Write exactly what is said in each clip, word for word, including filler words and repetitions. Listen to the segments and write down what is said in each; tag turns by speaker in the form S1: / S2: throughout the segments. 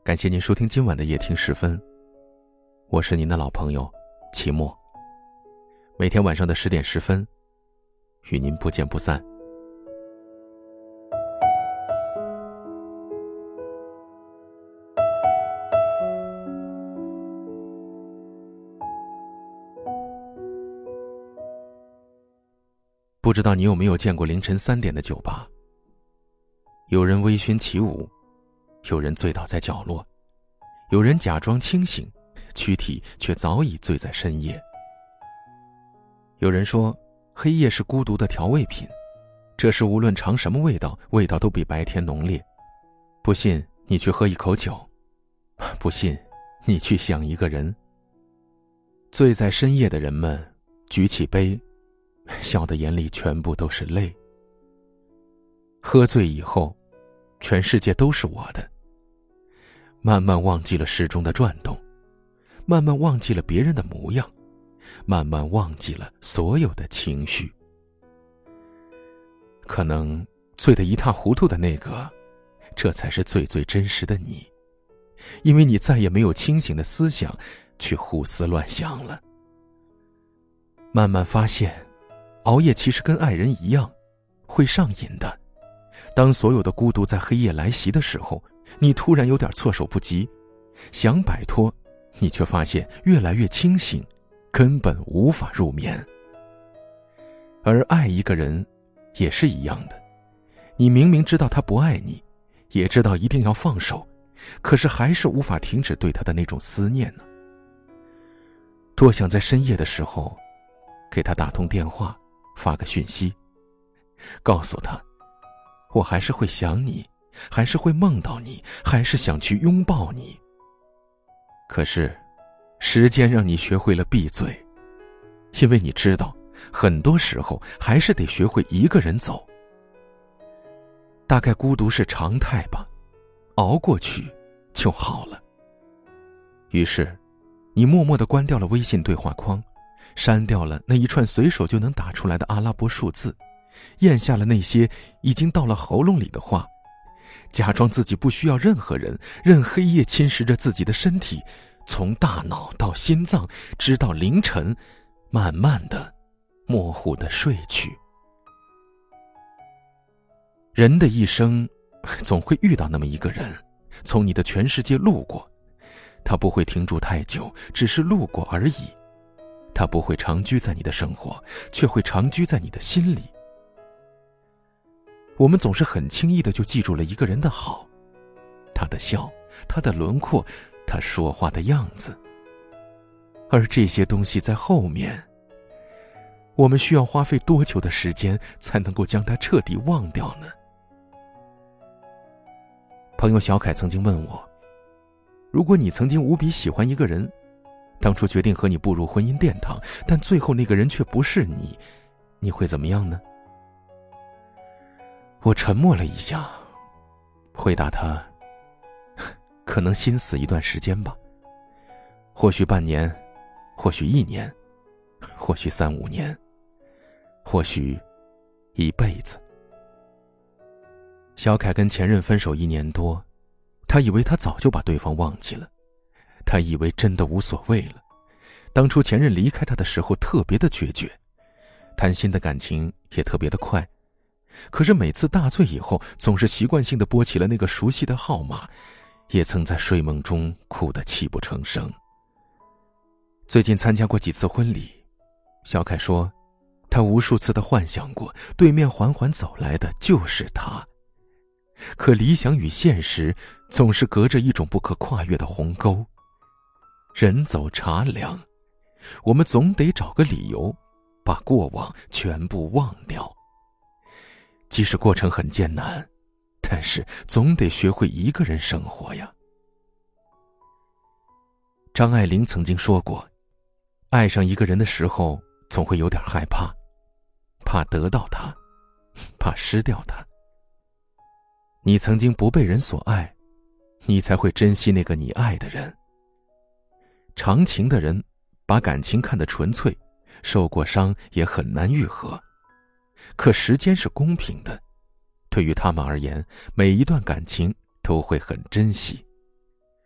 S1: 感谢您收听今晚的夜听十分，我是您的老朋友齐墨。每天晚上的十点十分，与您不见不散。不知道你有没有见过凌晨三点的酒吧？有人微醺起舞，有人醉倒在角落，有人假装清醒，躯体却早已醉在深夜。有人说，黑夜是孤独的调味品，这是无论尝什么味道，味道都比白天浓烈。不信你去喝一口酒，不信你去想一个人。醉在深夜的人们举起杯，笑的眼里全部都是泪。喝醉以后，全世界都是我的。慢慢忘记了时钟的转动，慢慢忘记了别人的模样，慢慢忘记了所有的情绪。可能醉得一塌糊涂的那个，这才是最最真实的你，因为你再也没有清醒的思想去胡思乱想了。慢慢发现，熬夜其实跟爱人一样，会上瘾的。当所有的孤独在黑夜来袭的时候，你突然有点措手不及，想摆脱，你却发现越来越清醒，根本无法入眠。而爱一个人也是一样的，你明明知道他不爱你，也知道一定要放手，可是还是无法停止对他的那种思念呢。多想在深夜的时候给他打通电话，发个讯息，告诉他我还是会想你，还是会梦到你，还是想去拥抱你。可是时间让你学会了闭嘴，因为你知道很多时候还是得学会一个人走。大概孤独是常态吧，熬过去就好了。于是你默默地关掉了微信对话框，删掉了那一串随手就能打出来的阿拉伯数字，咽下了那些已经到了喉咙里的话，假装自己不需要任何人，任黑夜侵蚀着自己的身体，从大脑到心脏，直到凌晨，慢慢的模糊的睡去。人的一生总会遇到那么一个人，从你的全世界路过，他不会停住太久，只是路过而已。他不会长居在你的生活，却会长居在你的心里。我们总是很轻易的就记住了一个人的好，他的笑，他的轮廓，他说话的样子。而这些东西在后面，我们需要花费多久的时间才能够将它彻底忘掉呢？朋友小凯曾经问我，如果你曾经无比喜欢一个人，当初决定和你步入婚姻殿堂，但最后那个人却不是你，你会怎么样呢？我沉默了一下，回答他，可能心死一段时间吧，或许半年，或许一年，或许三五年，或许一辈子。小凯跟前任分手一年多，他以为他早就把对方忘记了，他以为真的无所谓了。当初前任离开他的时候特别的决绝，谈心的感情也特别的快，可是每次大醉以后，总是习惯性地拨起了那个熟悉的号码，也曾在睡梦中哭得泣不成声。最近参加过几次婚礼，小凯说，他无数次地幻想过，对面缓缓走来的就是他。可理想与现实总是隔着一种不可跨越的鸿沟。人走茶凉，我们总得找个理由，把过往全部忘掉。即使过程很艰难，但是总得学会一个人生活呀。张爱玲曾经说过，爱上一个人的时候，总会有点害怕，怕得到他，怕失掉他。你曾经不被人所爱，你才会珍惜那个你爱的人。长情的人把感情看得纯粹，受过伤也很难愈合。可时间是公平的，对于他们而言，每一段感情都会很珍惜。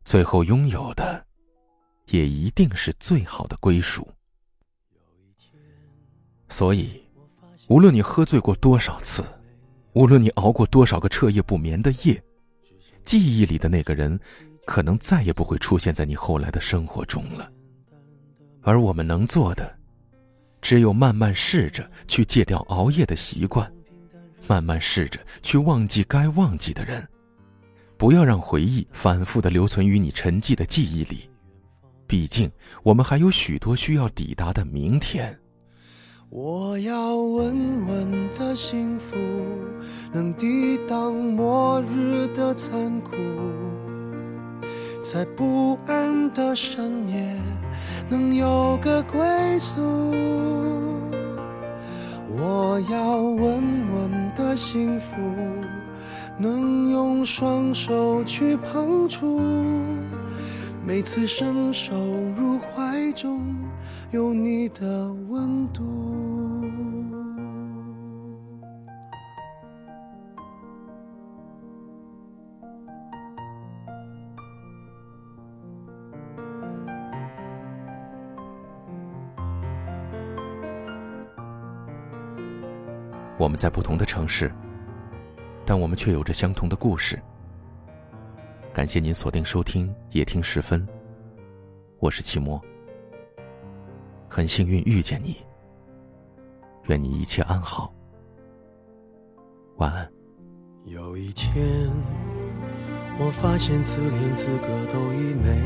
S1: 最后拥有的也一定是最好的归属。所以无论你喝醉过多少次，无论你熬过多少个彻夜不眠的夜，记忆里的那个人可能再也不会出现在你后来的生活中了。而我们能做的，只有慢慢试着去戒掉熬夜的习惯，慢慢试着去忘记该忘记的人，不要让回忆反复地留存于你沉寂的记忆里。毕竟我们还有许多需要抵达的明天。
S2: 我要稳稳的幸福，能抵挡末日的残酷，在不安的深夜能有个归宿。我要稳稳的幸福，能用双手去碰触，每次伸手入怀中有你的温度。
S1: 我们在不同的城市，但我们却有着相同的故事。感谢您锁定收听夜听时分，我是齐墨。很幸运遇见你，愿你一切安好，晚安。
S2: 有一天我发现自怜资格都已没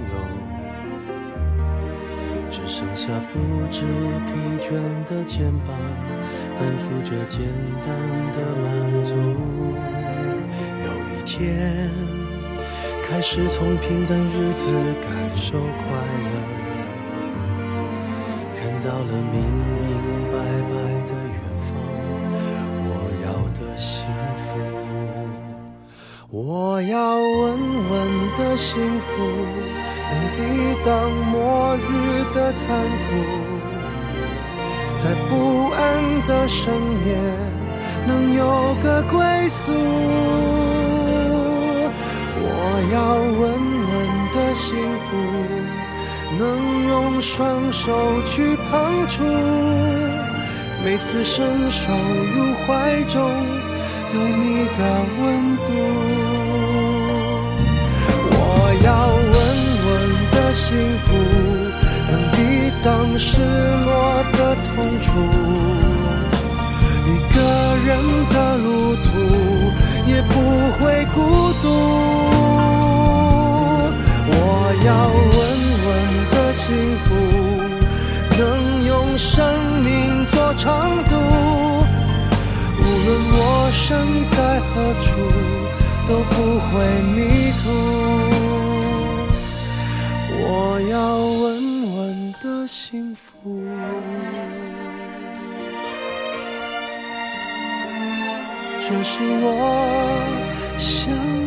S2: 有，只剩下不知疲倦的肩膀，担负着简单的满足。有一天开始从平淡日子感受快乐，看到了明明白白的远方，我要的幸福。我要稳稳的幸福，能抵挡末日的残酷，在不安的深夜能有个归宿。我要稳稳的幸福，能用双手去碰触，每次伸手入怀中有你的温度。我要稳稳的幸福，能抵挡失落的痛楚，一个人的路途也不会孤独。我要稳稳的幸福，能用生命做长度，无论我身在何处都不会迷途。我要稳稳的幸福，这是我想